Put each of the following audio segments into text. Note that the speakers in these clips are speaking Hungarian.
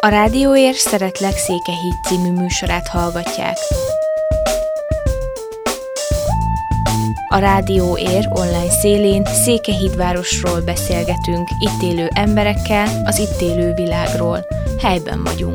A Rádióér Szeretlek Székelyhíd című műsorát hallgatják. A Rádióér online szélén Székelyhídvárosról beszélgetünk, itt élő emberekkel, az itt élő világról. Helyben vagyunk.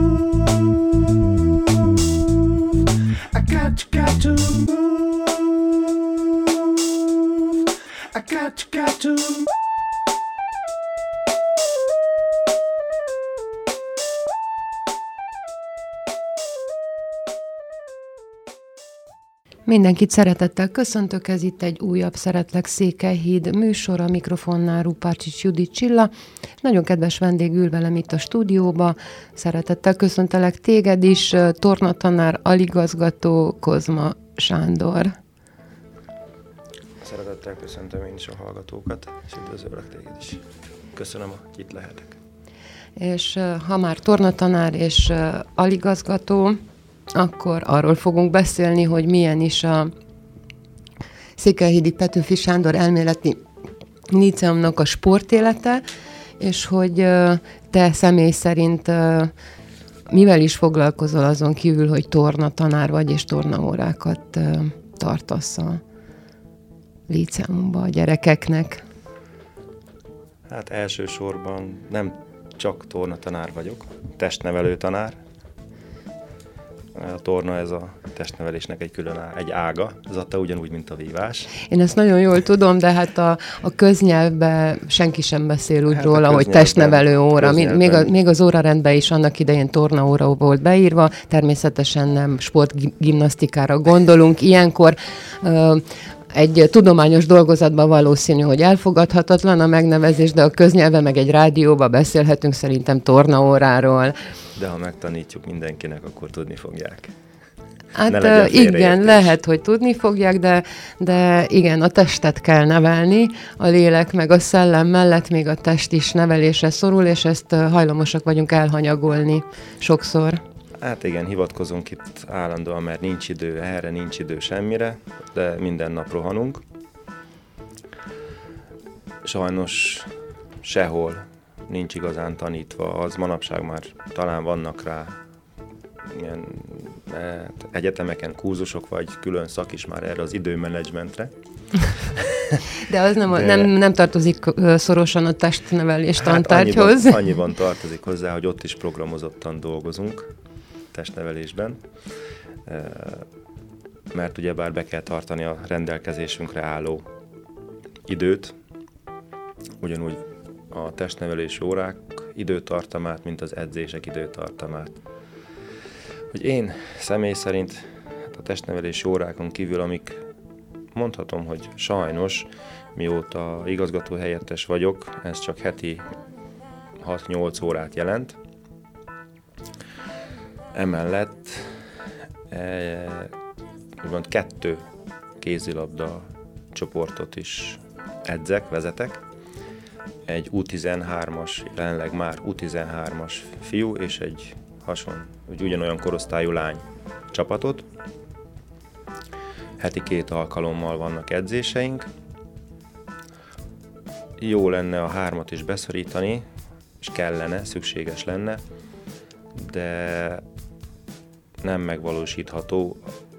Mindenkit szeretettel köszöntök, ez itt egy újabb Szeretlek Székelyhíd műsor, a mikrofonnál Rupárcsics Judit Csilla. Nagyon kedves vendég ül velem itt a stúdióba, szeretettel köszöntelek téged is, tornatanár, aligazgató Kozma Sándor. Szeretettel köszöntöm én is a hallgatókat, és üdvözöllek téged is. Köszönöm, hogy itt lehetek. És ha már tornatanár és aligazgató, akkor arról fogunk beszélni, hogy milyen is a Székelyhídi Petőfi Sándor Elméleti Líceumnak a sportélete, és hogy te személy szerint mivel is foglalkozol azon kívül, hogy tornatanár vagy, és tornaórákat tartasz a líceumba a gyerekeknek? Hát elsősorban nem csak tornatanár vagyok, testnevelő tanár. A torna ez a testnevelésnek egy ága, ez adta ugyanúgy, mint a vívás. Én ezt nagyon jól tudom, de hát a köznyelvben senki sem beszél úgy róla, hogy testnevelő óra. Még az órarendben is annak idején tornaóra volt beírva, természetesen nem sportgimnasztikára gondolunk. Ilyenkor egy tudományos dolgozatban valószínű, hogy elfogadhatatlan a megnevezés, de a köznyelven meg egy rádióban beszélhetünk szerintem tornaóráról. De ha megtanítjuk mindenkinek, akkor tudni fogják. Hát igen, lehet, hogy tudni fogják, de igen, a testet kell nevelni, a lélek meg a szellem mellett még a test is nevelésre szorul, és ezt hajlamosak vagyunk elhanyagolni sokszor. Hát igen, hivatkozunk itt állandóan, mert nincs idő erre, nincs idő semmire, de minden nap rohanunk. Sajnos sehol nincs igazán tanítva, az manapság már talán vannak rá ilyen egyetemeken kurzusok, vagy külön szak is már erre az időmenedzsmentre. De az nem tartozik szorosan a testnevelés tantárgyhoz. Annyiban tartozik hozzá, hogy ott is programozottan dolgozunk testnevelésben, mert ugyebár be kell tartani a rendelkezésünkre álló időt, ugyanúgy a testnevelési órák időtartamát, mint az edzések időtartamát. Hogy én személy szerint a testnevelési órákon kívül, amik mondhatom, hogy sajnos, mióta igazgató helyettes vagyok, ez csak heti 6-8 órát jelent. Emellett úgymond 2 kézilabda csoportot is edzek, vezetek. Egy U13-as, jelenleg már U13-as fiú és egy ugyanolyan korosztályú lány csapatot. Heti 2 alkalommal vannak edzéseink. Jó lenne a 3-at is beszorítani, és kellene, szükséges lenne, de nem megvalósítható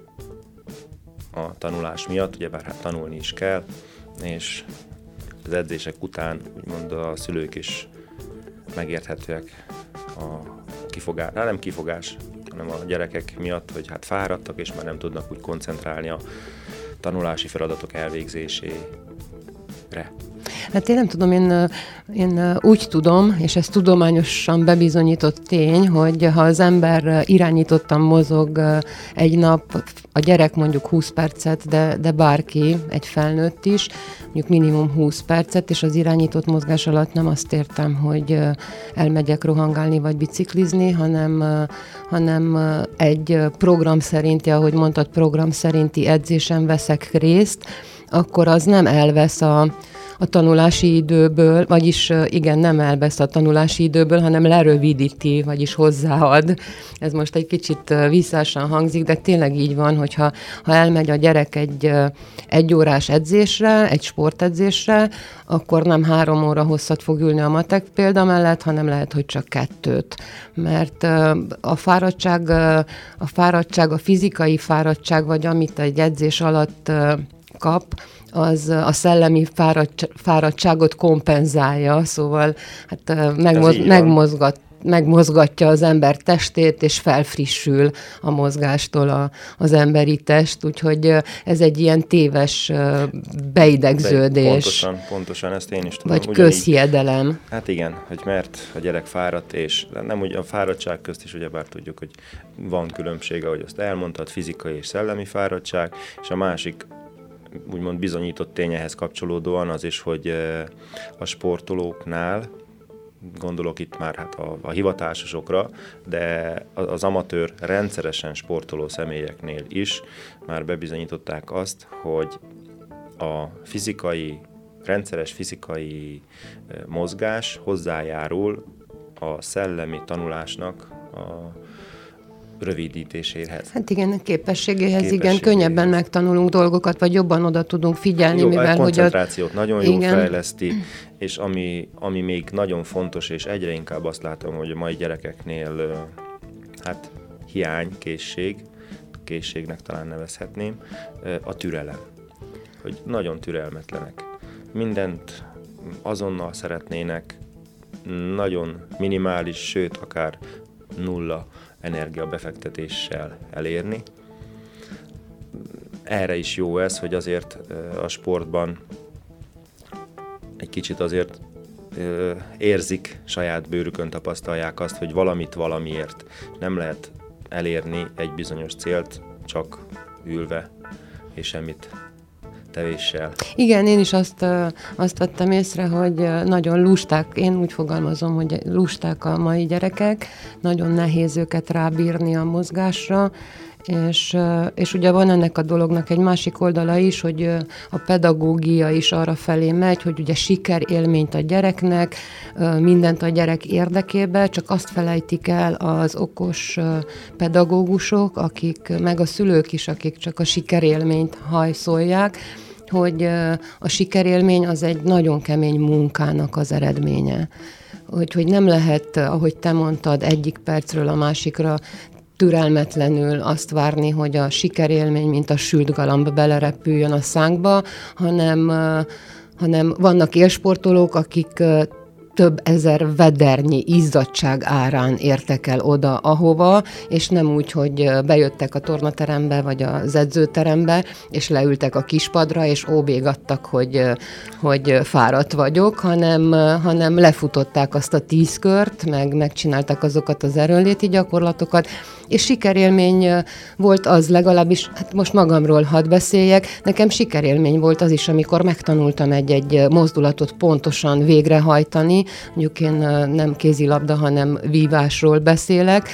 a tanulás miatt, ugyebár hát tanulni is kell, és az edzések után úgymond a szülők is megérthetőek nem kifogás, hanem a gyerekek miatt, hogy hát fáradtak, és már nem tudnak úgy koncentrálni a tanulási feladatok elvégzésére. Hát én nem tudom, én úgy tudom, és ez tudományosan bebizonyított tény, hogy ha az ember irányítottan mozog egy nap, a gyerek mondjuk 20 percet, de bárki, egy felnőtt is, mondjuk minimum 20 percet, és az irányított mozgás alatt nem azt értem, hogy elmegyek rohangálni vagy biciklizni, hanem egy program szerinti, ahogy mondtad, program szerinti edzésen veszek részt, akkor az nem elvesz a tanulási időből, vagyis igen, nem elvesz a tanulási időből, hanem lerövidíti, vagyis hozzáad. Ez most egy kicsit visszásan hangzik, de tényleg így van, hogyha elmegy a gyerek egy órás edzésre, egy sportedzésre, akkor nem 3 óra hosszat fog ülni a matek példa mellett, hanem lehet, hogy csak 2. Mert a fáradtság, a fizikai fáradtság, vagy amit egy edzés alatt kap, az a szellemi fáradtságot kompenzálja, szóval hát megmozgatja az ember testét, és felfrissül a mozgástól az emberi test, úgyhogy ez egy ilyen téves beidegződés. Pontosan, ezt én is tudom. Vagy közhiedelem. Hát igen, hogy mert a gyerek fáradt, és nem úgy a fáradtság közt is ugyebár tudjuk, hogy van különbség, ahogy azt elmondtad, fizikai és szellemi fáradtság, és a másik úgymond bizonyított tényehez kapcsolódóan az is, hogy a sportolóknál, gondolok itt már hát a hivatásosokra, de az amatőr rendszeresen sportoló személyeknél is már bebizonyították azt, hogy a rendszeres fizikai mozgás hozzájárul a szellemi tanulásnak a rövidítéséhez. Hát igen, képességéhez, igen, könnyebben megtanulunk dolgokat, vagy jobban oda tudunk figyelni, mivel a koncentrációt nagyon jól fejleszti, és ami még nagyon fontos, és egyre inkább azt látom, hogy a mai gyerekeknél hát készségnek talán nevezhetném, a türelem. Hogy nagyon türelmetlenek. Mindent azonnal szeretnének, nagyon minimális, sőt akár 0 energiabefektetéssel elérni. Erre is jó ez, hogy azért a sportban egy kicsit azért érzik, saját bőrükön tapasztalják azt, hogy valamit valamiért nem lehet elérni egy bizonyos célt, csak ülve és semmit tevéssel. Igen, én is azt vettem észre, hogy nagyon lusták, én úgy fogalmazom, hogy lusták a mai gyerekek, nagyon nehéz őket rábírni a mozgásra, és ugye van ennek a dolognak egy másik oldala is, hogy a pedagógia is arra felé megy, hogy ugye sikerélményt a gyereknek, mindent a gyerek érdekébe, csak azt felejtik el az okos pedagógusok, meg a szülők is, akik csak a sikerélményt hajszolják, hogy a sikerélmény az egy nagyon kemény munkának az eredménye. Hogy nem lehet, ahogy te mondtad, egyik percről a másikra türelmetlenül azt várni, hogy a sikerélmény, mint a sült galamb belerepüljön a szánkba, hanem vannak élsportolók, akik több ezer vedernyi izzadtság árán értek el oda, ahova, és nem úgy, hogy bejöttek a tornaterembe, vagy az edzőterembe, és leültek a kispadra, és óbégattak, hogy fáradt vagyok, hanem lefutották azt a 10 kört, megcsinálták azokat az erőnléti gyakorlatokat, és sikerélmény volt az legalábbis, hát most magamról hadd beszéljek, nekem sikerélmény volt az is, amikor megtanultam egy mozdulatot pontosan végrehajtani, mondjuk én nem kézilabda, hanem vívásról beszélek,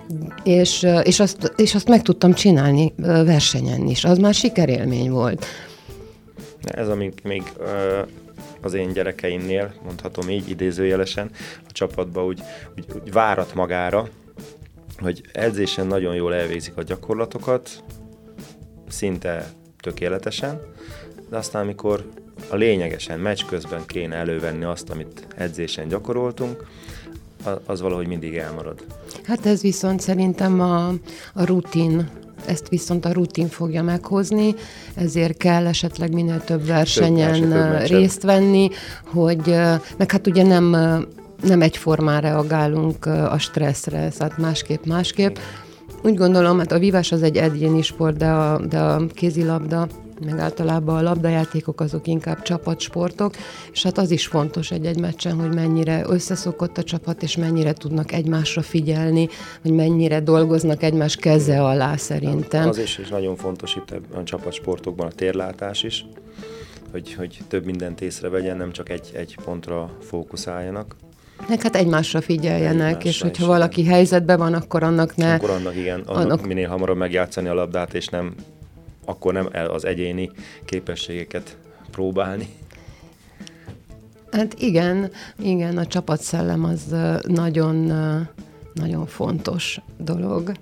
és azt meg tudtam csinálni versenyen is. Az már sikerélmény volt. Ez, amíg még az én gyerekeimnél, mondhatom így idézőjelesen, a csapatban úgy várat magára, hogy edzésen nagyon jól elvégzik a gyakorlatokat, szinte tökéletesen, de aztán amikor a lényegesen meccs közben kéne elővenni azt, amit edzésen gyakoroltunk, az valahogy mindig elmarad. Hát ez viszont szerintem a rutin, ezt viszont a rutin fogja meghozni, ezért kell esetleg minél több versenyen részt venni, hogy meg hát ugye nem egyformán reagálunk a stresszre, szóval másképp. Úgy gondolom, hát a vívás az egy egyéni sport, de a kézilabda, meg általában a labdajátékok azok inkább csapatsportok, és hát az is fontos egy meccsen, hogy mennyire összeszokott a csapat, és mennyire tudnak egymásra figyelni, hogy mennyire dolgoznak egymás keze alá szerintem. Az is nagyon fontos itt a csapatsportokban a térlátás is, hogy több mindent észrevegyen, nem csak egy pontra fókuszáljanak. Hát egymásra figyeljenek, és hogyha valaki helyzetben van, akkor annak ne... Akkor annak minél hamarabb megjátszani a labdát, és akkor nem az egyéni képességeket próbálni. Hát igen, a csapatszellem az nagyon, nagyon fontos dolog.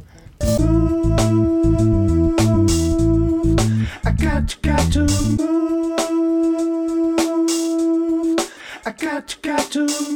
I got to move. I got to move.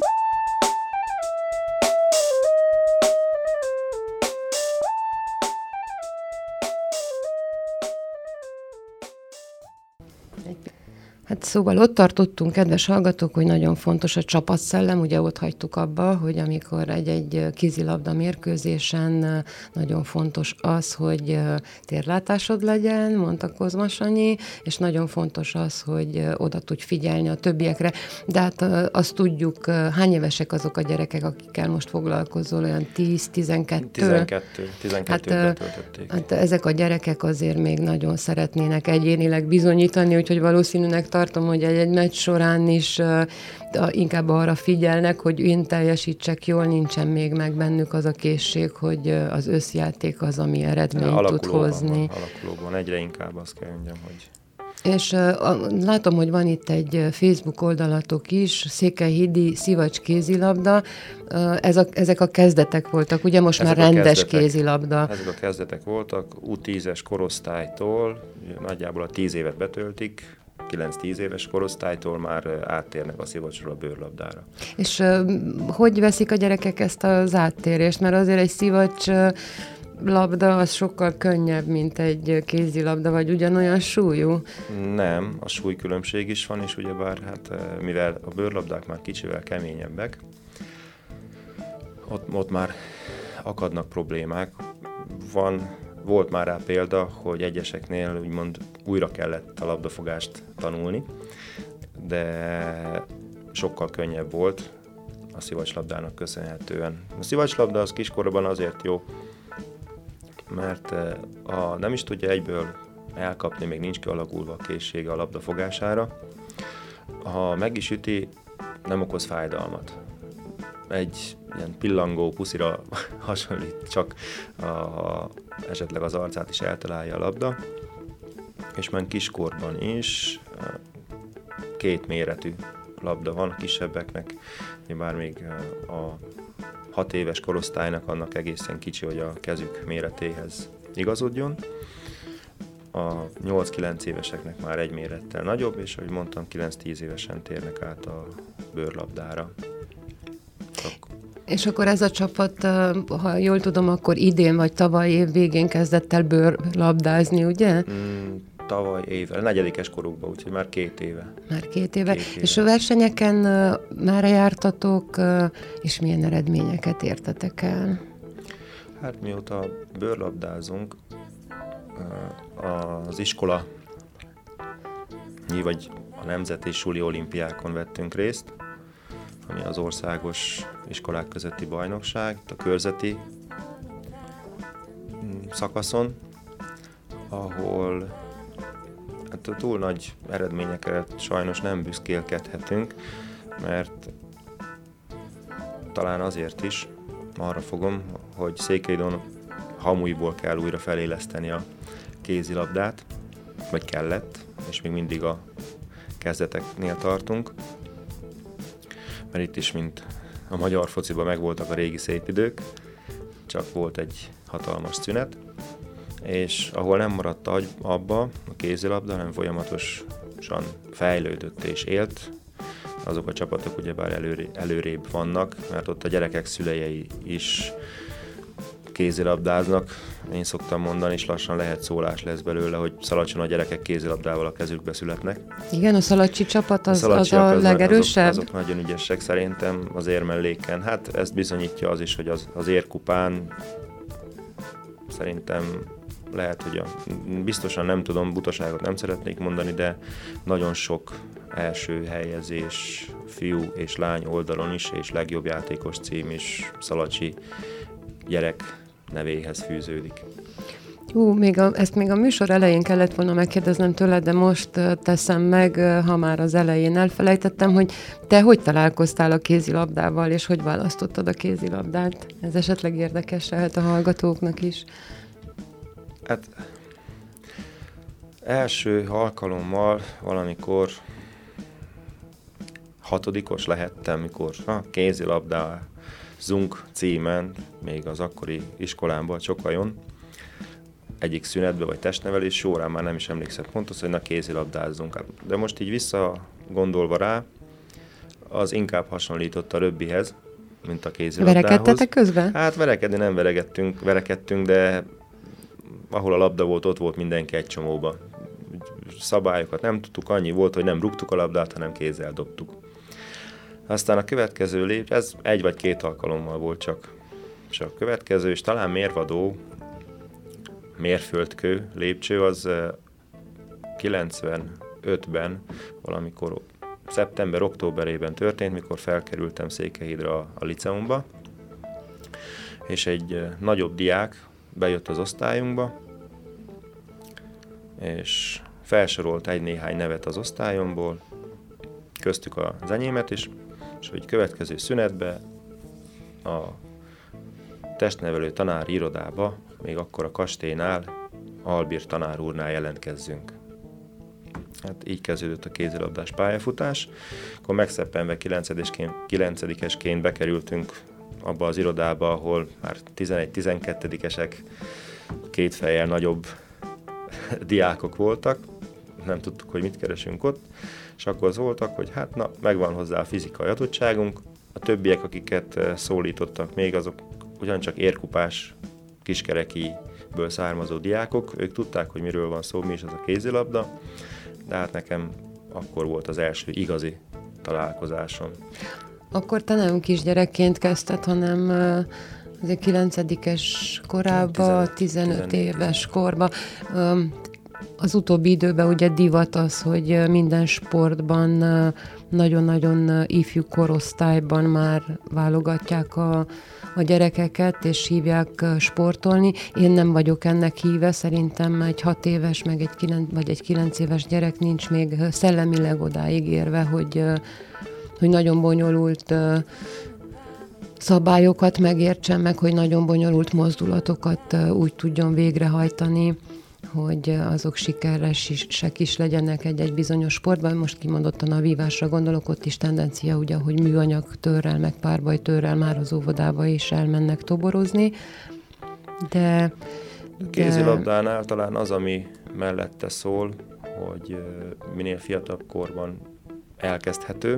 Hát szóval ott tartottunk, kedves hallgatók, hogy nagyon fontos a csapatszellem, ugye ott hagytuk abba, hogy amikor egy kézilabda mérkőzésen nagyon fontos az, hogy térlátásod legyen, mondta Kozma Sanyi, és nagyon fontos az, hogy oda tudj figyelni a többiekre. De hát azt tudjuk, hány évesek azok a gyerekek, akikkel most foglalkozol, olyan 10-12? 12 betöltötték. Hát ezek a gyerekek azért még nagyon szeretnének egyénileg bizonyítani, úgyhogy valószínűleg tartom, hogy egy meccs során is inkább arra figyelnek, hogy én teljesítsek jól, nincsen még meg bennük az a készség, hogy az összjáték az, ami eredményt tud hozni. Alakulóban egyre inkább azt kell mondjam, hogy... És látom, hogy van itt egy Facebook oldalatok is, Székelyhídi Szivacs kézilabda. Ezek a kezdetek voltak, ugye most ezek már rendes kézilabda. Ezek a kezdetek voltak, U10-es korosztálytól, nagyjából a 10 évet betöltik, 9-10 éves korosztálytól már áttérnek a szivacsról a bőrlabdára. És hogy veszik a gyerekek ezt az áttérést? Mert azért egy szivacs labda az sokkal könnyebb, mint egy kézilabda, vagy ugyanolyan súlyú? Nem, a súlykülönbség is van, és ugyebár, hát, mivel a bőrlabdák már kicsivel keményebbek, ott már akadnak problémák. Volt már rá példa, hogy egyeseknél úgymond újra kellett a labdafogást tanulni, de sokkal könnyebb volt a szivacslabdának köszönhetően. A szivacslabda az kiskorban azért jó, mert nem is tudja egyből elkapni, még nincs kialakulva a készsége a labda fogására. Ha meg is üti, nem okoz fájdalmat. Egy ilyen pillangó puszira hasonlít, csak esetleg az arcát is eltalálja a labda. És már kiskorban is 2 méretű labda van a kisebbeknek, bár még a 6 éves korosztálynak annak egészen kicsi, hogy a kezük méretéhez igazodjon. A 8-9 éveseknek már egy mérettel nagyobb, és ahogy mondtam, 9-10 évesen térnek át a bőrlabdára. És akkor ez a csapat, ha jól tudom, akkor idén vagy tavaly év végén kezdett el bőrlabdázni, ugye? Tavaly éve, 4. korukban, úgyhogy már 2 éve. Már 2 éve. És a versenyeken már jártatok, és milyen eredményeket értetek el? Hát mióta bőrlabdázunk, az iskola, vagy a nemzeti suli olimpiákon vettünk részt, ami az országos iskolák közötti bajnokság, a körzeti szakaszon, ahol hát túl nagy eredményekre sajnos nem büszkélkedhetünk, mert talán azért is arra fogom, hogy Székelyhídon hamuiból kell újra feléleszteni a kézilabdát, vagy kellett, és még mindig a kezdeteknél tartunk, mert itt is, mint a magyar fociban megvoltak a régi szép idők, csak volt egy hatalmas szünet, és ahol nem maradt abba a kézilabda, hanem folyamatosan fejlődött és élt, azok a csapatok ugyebár előrébb vannak, mert ott a gyerekek szülei is kézilabdáznak. Én szoktam mondani, és lassan lehet szólás lesz belőle, hogy Szalacson a gyerekek kézilabdával a kezükbe születnek. Igen, a szalacsi csapat az a legerősebb? Azok nagyon ügyesek szerintem az érmelléken. Hát ezt bizonyítja az is, hogy az érkupán szerintem lehet, hogy biztosan nem tudom, butaságot nem szeretnék mondani, de nagyon sok első helyezés fiú és lány oldalon is, és legjobb játékos cím is szalacsi gyerek nevéhez fűződik. Ezt még a műsor elején kellett volna megkérdeznem tőled, de most teszem meg, ha már az elején elfelejtettem, hogy te hogy találkoztál a kézilabdával, és hogy választottad a kézilabdát? Ez esetleg érdekes lehet a hallgatóknak is. Hát első alkalommal valamikor 6-os lehettem, mikor kézilabdázunk címen, még az akkori iskolámban Csokajon, egyik szünetbe vagy testnevelés órán, már nem is emlékszem pontosan, hogy kézilabdázzunk. De most így visszagondolva rá, az inkább hasonlított a röbbihez, mint a kézilabdához. Verekedtetek közben? Hát verekedni nem verekedtünk, de ahol a labda volt, ott volt mindenki egy csomóba. Szabályokat nem tudtuk, annyi volt, hogy nem rúgtuk a labdát, hanem kézzel dobtuk. Aztán a következő lépcső, ez 1 vagy 2 alkalommal volt csak következő, és talán mérvadó, mérföldkő lépcső az 95-ben, valamikor szeptember-októberében történt, mikor felkerültem Székelyhídra a liceumba, és egy nagyobb diák bejött az osztályunkba, és felsorolt egy-néhány nevet az osztályomból, köztük az enyémet is, és hogy következő szünetbe a testnevelő tanári irodába, még akkor a kastélynál, Albír tanár úrnál jelentkezzünk. Hát így kezdődött a kézilabdás pályafutás. Akkor megszeppenve 9-esként bekerültünk abba az irodába, ahol már 11-12-esek, 2 fejjel nagyobb diákok voltak. Nem tudtuk, hogy mit keresünk ott. És akkor az voltak, hogy hát na, megvan hozzá a fizikai adottságunk. A többiek, akiket szólítottak még, azok ugyancsak érkupás kiskerekiből származó diákok. Ők tudták, hogy miről van szó, mi is az a kézilabda. De hát nekem akkor volt az első igazi találkozásom. Akkor te nem kisgyerekként kezdted, hanem azért 9-es korában, 15 éves korban. Az utóbbi időben ugye divat az, hogy minden sportban nagyon-nagyon ifjú korosztályban már válogatják a gyerekeket, és hívják sportolni. Én nem vagyok ennek híve, szerintem egy 6 éves, meg egy 9 éves gyerek nincs még szellemileg odáig érve, hogy nagyon bonyolult szabályokat megértsen meg, hogy nagyon bonyolult mozdulatokat úgy tudjon végrehajtani, hogy azok sikeresek is legyenek egy bizonyos sportban. Most kimondottan a vívásra gondolok, ott is tendencia, ugye, hogy műanyag törrel, meg párbajtörrel már az óvodába is elmennek toborozni. De kézilabdánál talán az, ami mellette szól, hogy minél fiatalabb korban elkezdhető,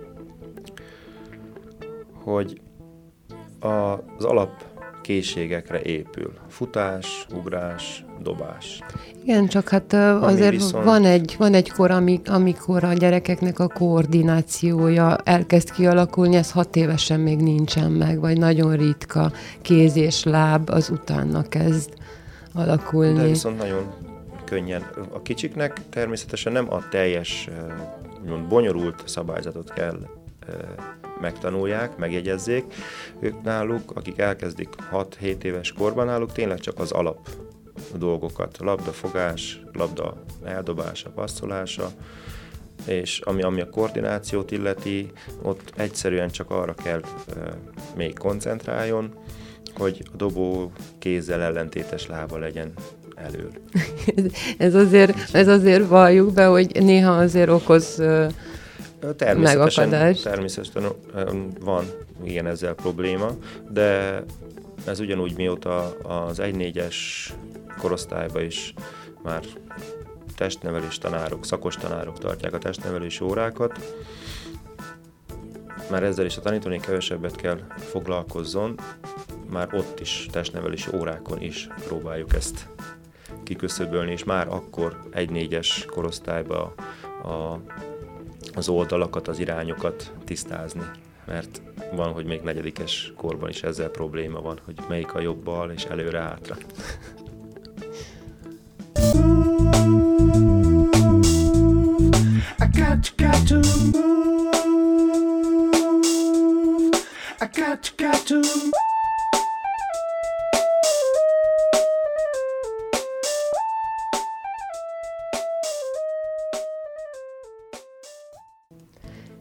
hogy az alapkészségekre épül. Futás, ugrás, dobás. Igen, csak hát azért viszont van egy kor, amikor a gyerekeknek a koordinációja elkezd kialakulni, ez 6 évesen még nincsen meg, vagy nagyon ritka kéz és láb, az utána kezd alakulni. De viszont nagyon könnyen. A kicsiknek természetesen nem a teljes bonyolult szabályzatot kell megtanulják, megjegyezzék. Ők náluk, akik elkezdik 6-7 éves korban, náluk tényleg csak az alap dolgokat. Labdafogás, labda eldobása, passzolása, és ami a koordinációt illeti, ott egyszerűen csak arra kell még koncentráljon, hogy a dobó kézzel ellentétes lába legyen elől. ez azért valljuk be, hogy néha azért okoz megakadás. Természetesen van igen ezzel probléma, de ez ugyanúgy mióta az 1-4-es korosztályban is már testnevelés tanárok, szakos tanárok tartják a testnevelési órákat, már ezzel is a tanítónék kevesebbet kell foglalkozzon, már ott is testnevelési órákon is próbáljuk ezt kiküszöbölni, és már akkor 1-4-es korosztályban az oldalakat, az irányokat tisztázni, mert van, hogy még 4-es korban is ezzel probléma van, hogy melyik a jobb bal, és előre-hátra.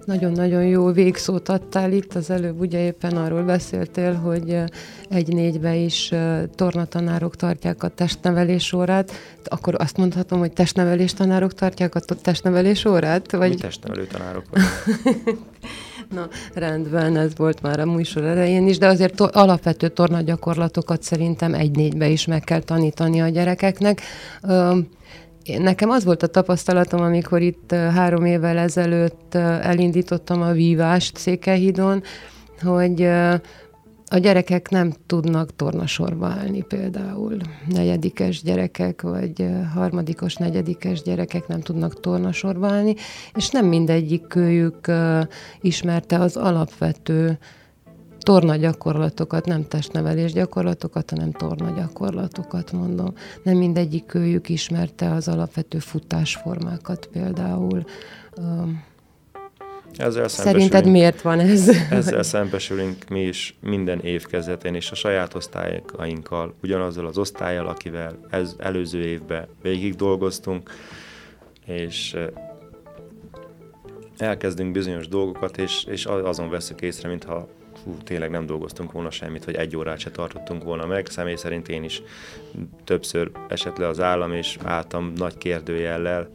Nagyon-nagyon jó végszót adtál itt, az előbb ugye éppen arról beszéltél, hogy 1-4-ben is tornatanárok tartják a testnevelés órát. Akkor azt mondhatom, hogy testnevelés tanárok tartják a testnevelés órát? Vagy... Mi testnevelő tanárok vagyunk. Na, rendben, ez volt már a műsor elején is, de azért alapvető tornagyakorlatokat szerintem 1-4-ben is meg kell tanítani a gyerekeknek. Nekem az volt a tapasztalatom, amikor itt 3 évvel ezelőtt elindítottam a vívást Székelyhídon, hogy a gyerekek nem tudnak tornasorba állni például. 4. gyerekek, vagy 3., 4. gyerekek nem tudnak tornasorba állni, és nem mindegyikőjük ismerte az alapvető tornagyakorlatokat, nem testnevelés gyakorlatokat, hanem tornagyakorlatokat mondom. Nem mindegyikőjük ismerte az alapvető futásformákat például. Szerinted miért van ez? Ezzel szembesülünk mi is minden év kezdetén, és a saját osztályainkkal, ugyanazzal az osztállyal, akivel előző évben végig dolgoztunk, és elkezdünk bizonyos dolgokat, és azon veszük észre, mintha tényleg nem dolgoztunk volna semmit, vagy 1 órát se tartottunk volna meg. Személy szerint én is többször esett le az állam, és álltam nagy kérdőjellel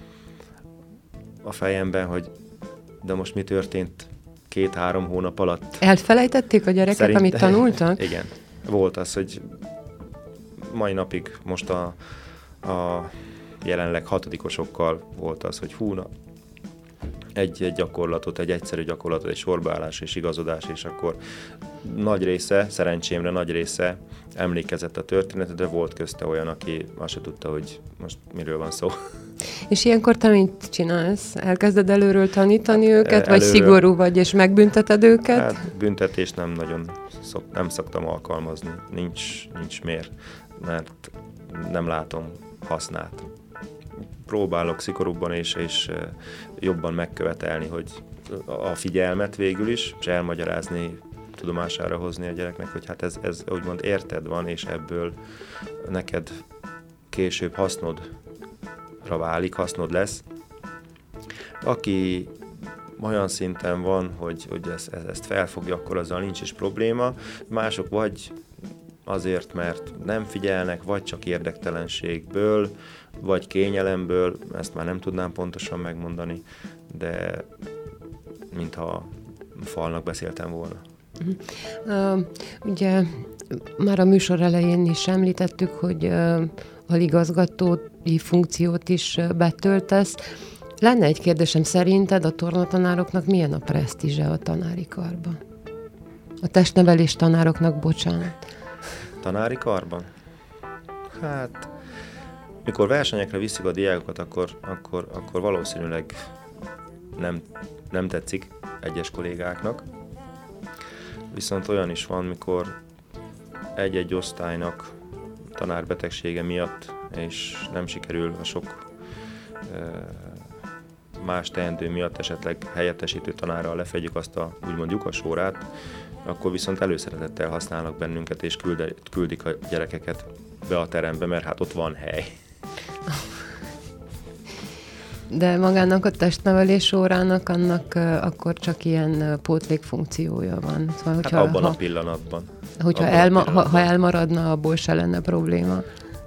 a fejemben, hogy de most mi történt 2-3 hónap alatt. Elfelejtették a gyerekek, amit tanultak? Igen. Volt az, hogy mai napig most a jelenleg 6-osokkal volt az, hogy egy gyakorlatot, egy egyszerű gyakorlatot, egy sorbaállás és igazodás, és akkor szerencsémre nagy része emlékezett a történetre, de volt közte olyan, aki azt se tudta, hogy most miről van szó. És ilyenkor te mit csinálsz? Elkezded előről tanítani őket, vagy szigorú vagy, és megbünteted őket? Hát büntetést nem nagyon szoktam alkalmazni. Nincs miért, mert nem látom hasznát. Próbálok szigorúbban és jobban megkövetelni, hogy a figyelmet végül is, és elmagyarázni, tudomására hozni a gyereknek, hogy hát ez úgymond érted van, és ebből neked később hasznodra válik, hasznod lesz. Aki olyan szinten van, hogy ezt felfogja, akkor azzal nincs is probléma. Mások vagy azért, mert nem figyelnek, vagy csak érdektelenségből, vagy kényelemből, ezt már nem tudnám pontosan megmondani, de mintha falnak beszéltem volna. Ugye már a műsor elején is említettük, hogy aligazgatói funkciót is betöltesz. Lenne egy kérdésem, szerinted a tornatanároknak milyen a presztízse a tanári karban? A testnevelés tanároknak, bocsánat. Tanári karban? Hát, mikor versenyekre viszik a diákokat, akkor valószínűleg nem tetszik egyes kollégáknak. Viszont olyan is van, mikor egy-egy osztálynak tanárbetegsége miatt, és nem sikerül a sok más teendő miatt esetleg helyettesítő tanárral lefedjük azt a úgymond lyukasórát, akkor viszont előszeretettel használnak bennünket, és küldik a gyerekeket be a terembe, mert hát ott van hely. De magának a testnevelés órának annak akkor csak ilyen pótlékfunkciója van. Szóval, hát abban a pillanatban. Ha elmaradna, abból se lenne probléma.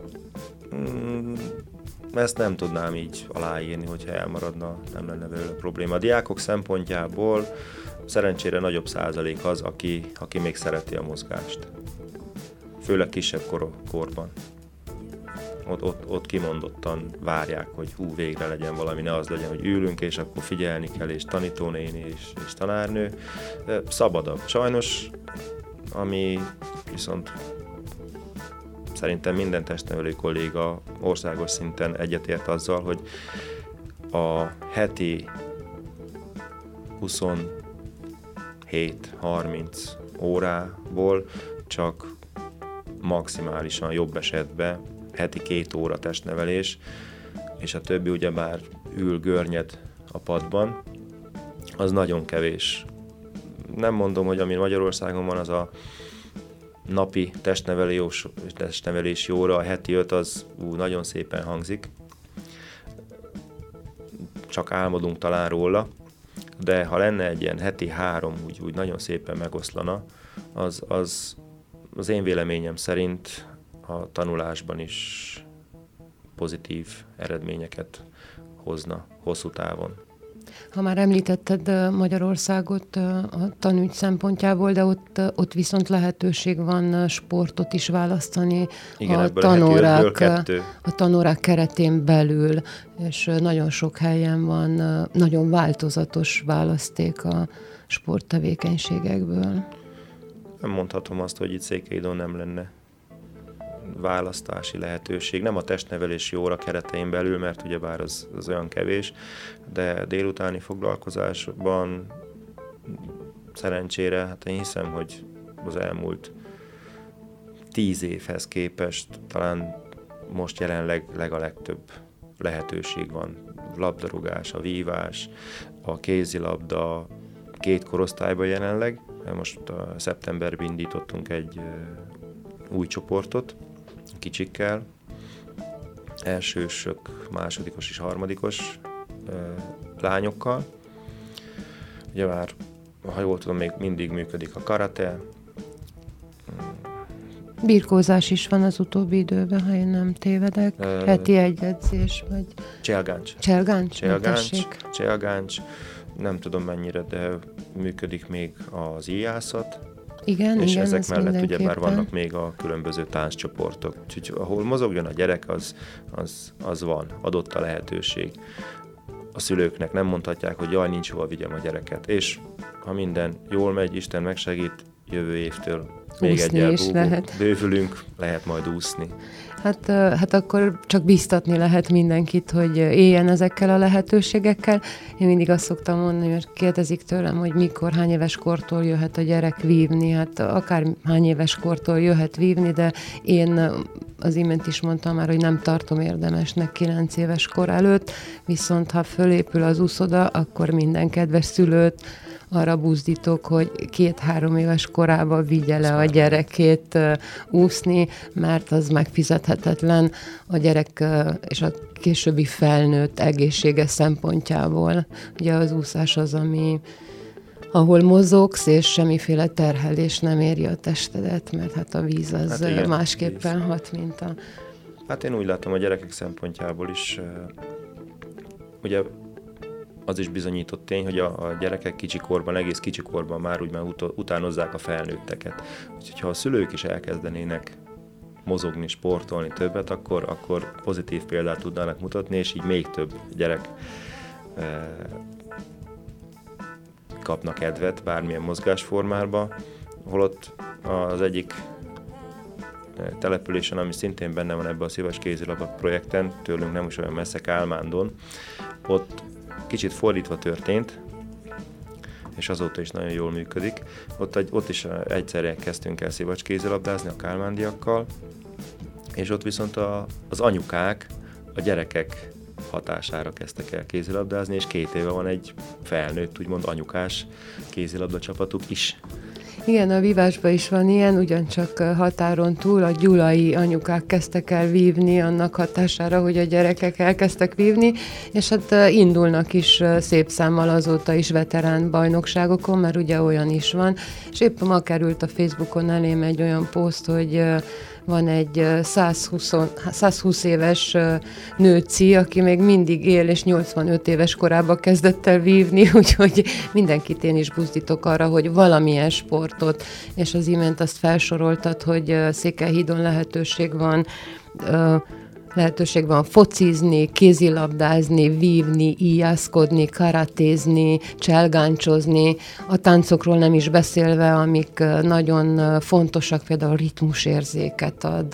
Ezt nem tudnám így aláírni, hogyha elmaradna, nem lenne belőle probléma. A diákok szempontjából szerencsére nagyobb százalék az, aki még szereti a mozgást. Főleg kisebb korban. Ott kimondottan várják, hogy végre legyen valami, ne az legyen, hogy ülünk, és akkor figyelni kell, és tanítónéni, és tanárnő. Szabadabb. Sajnos, ami viszont szerintem minden testnevelő kolléga országos szinten egyetért azzal, hogy a heti 27-30 órából csak maximálisan jobb esetben heti 2 óra testnevelés, és a többi ugyebár ül, görnyed a padban, az nagyon kevés. Nem mondom, hogy ami Magyarországon van, az a napi testnevelési óra, a heti 5 az nagyon szépen hangzik. Csak álmodunk talán róla. De ha lenne egy ilyen heti 3, úgy nagyon szépen megoszlana, az én véleményem szerint a tanulásban is pozitív eredményeket hozna hosszú távon. Ha már említetted Magyarországot a tanügy szempontjából, de ott viszont lehetőség van sportot is választani. Igen, a tanórák keretén belül, és nagyon sok helyen van nagyon változatos választék a sporttevékenységekből. Nem mondhatom azt, hogy itt Székelyhidon nem lenne választási lehetőség. Nem a testnevelési óra keretein belül, mert ugyebár az olyan kevés, de délutáni foglalkozásban szerencsére, hát én hiszem, hogy az elmúlt 10 évhez képest talán most jelenleg legtöbb lehetőség van. Labdarúgás, a vívás, a kézilabda, 2 korosztályban jelenleg. Most szeptemberben indítottunk egy új csoportot, kicsikkel, elsősök, másodikos és harmadikos lányokkal. Ugye már, ha jól tudom, még mindig működik a karate. Birkózás is van az utóbbi időben, ha én nem tévedek. Heti egy edzés, vagy... Cselgáncs. Nem tudom mennyire, de működik még az íjászat. Igen, és igen, ezek mellett ugyebár vannak még a különböző tánccsoportok. Úgyhogy ahol mozogjon a gyerek, az van, adott a lehetőség. A szülőknek nem mondhatják, hogy jaj, nincs hova vigyem a gyereket. És ha minden jól megy, Isten megsegít, jövő évtől még egyel bővülünk, lehet majd úszni. Hát akkor csak biztatni lehet mindenkit, hogy éljen ezekkel a lehetőségekkel. Én mindig azt szoktam mondani, mert kérdezik tőlem, hogy mikor, hány éves kortól jöhet a gyerek vívni. Hát akár hány éves kortól jöhet vívni, de én az imént is mondtam már, hogy nem tartom érdemesnek 9 éves kor előtt, viszont ha fölépül az úszoda, akkor minden kedves szülőt arra buzdítok, hogy 2-3 éves korában vigye le a gyerekét úszni, mert az megfizethetetlen a gyerek és a későbbi felnőtt egészsége szempontjából. Ugye az úszás az, ahol mozogsz, és semmiféle terhelés nem éri a testedet, mert hát a víz az másképpen hat, mint a... Hát én úgy látom a gyerekek szempontjából is, ugye az is bizonyított tény, hogy a gyerekek kicsikorban, egész kicsikorban már úgy utánozzák a felnőtteket. Úgyhogy ha a szülők is elkezdenének mozogni, sportolni többet, akkor pozitív példát tudnának mutatni, és így még több gyerek kapnak kedvet bármilyen mozgásformában. Holott az egyik településen, ami szintén benne van ebben a Szíves Kézilabda projekten, tőlünk nem is olyan messze, Kálmándon, ott kicsit fordítva történt, és azóta is nagyon jól működik. Ott is egyszerre kezdtünk el szívacskézilabdázni a kálmándiakkal, és ott viszont az anyukák a gyerekek hatására kezdtek el kézilabdázni, és 2 éve van egy felnőtt, úgymond anyukás kézilabda csapatuk is. Igen, a vívásban is van ilyen, ugyancsak határon túl a gyulai anyukák kezdtek el vívni annak hatására, hogy a gyerekek elkezdtek vívni, és hát indulnak is szép számmal azóta is veterán bajnokságokon, mert ugye olyan is van, és éppen ma került a Facebookon elém egy olyan poszt, hogy van egy 120 éves nőci, aki még mindig él, és 85 éves korában kezdett el vívni, úgyhogy mindenkit én is buzdítok arra, hogy valamilyen sportot, és az imént azt felsoroltad, hogy Székelyhídon lehetőség van focizni, kézilabdázni, vívni, íjászkodni, karatézni, cselgáncsozni, a táncokról nem is beszélve, amik nagyon fontosak, például ritmusérzéket ad,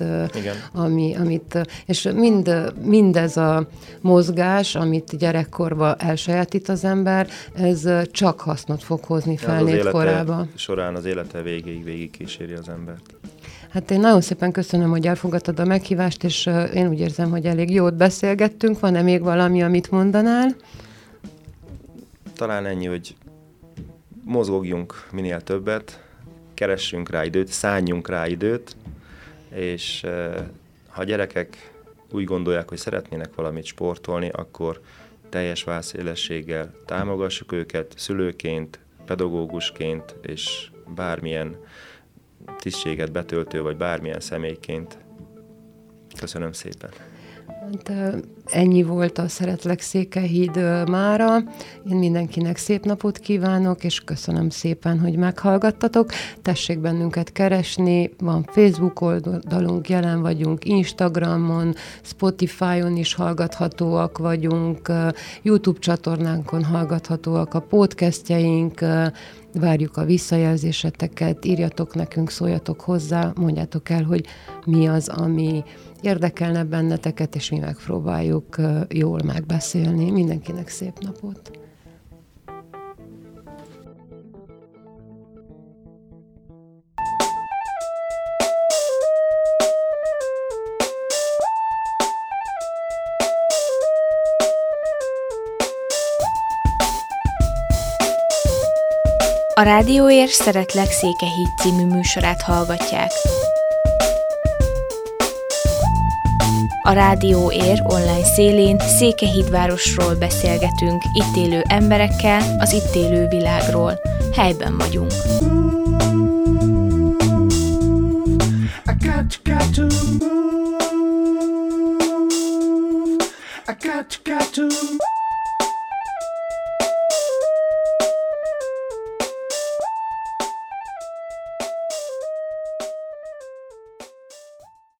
és mindez a mozgás, amit gyerekkorban elsajátít az ember, ez csak hasznot fog hozni felnőtt korában. Során az élete végig kíséri az embert. Hát én nagyon szépen köszönöm, hogy elfogadtad a meghívást, és én úgy érzem, hogy elég jót beszélgettünk. Van-e még valami, amit mondanál? Talán ennyi, hogy mozogjunk minél többet, keressünk rá időt, szálljunk rá időt, és ha gyerekek úgy gondolják, hogy szeretnének valamit sportolni, akkor teljes válszélességgel támogassuk őket szülőként, pedagógusként és bármilyen tisztséget betöltő, vagy bármilyen személyként. Köszönöm szépen! Ennyi volt a Szeretlek Székelyhíd mára. Én mindenkinek szép napot kívánok, és köszönöm szépen, hogy meghallgattatok. Tessék bennünket keresni, van Facebook oldalunk, jelen vagyunk Instagramon, Spotify-on is hallgathatóak vagyunk, YouTube csatornánkon hallgathatóak a podcastjaink, várjuk a visszajelzéseteket, írjatok nekünk, szóljatok hozzá, mondjátok el, hogy mi az, ami érdekelne benneteket, és mi megpróbáljuk jól megbeszélni. Mindenkinek szép napot! A Rádióér Szeretlek Székelyhíd című műsorát hallgatják. A Rádióér online szélén Székelyhídvárosról beszélgetünk, itt élő emberekkel, az itt élő világról. Helyben vagyunk. I got to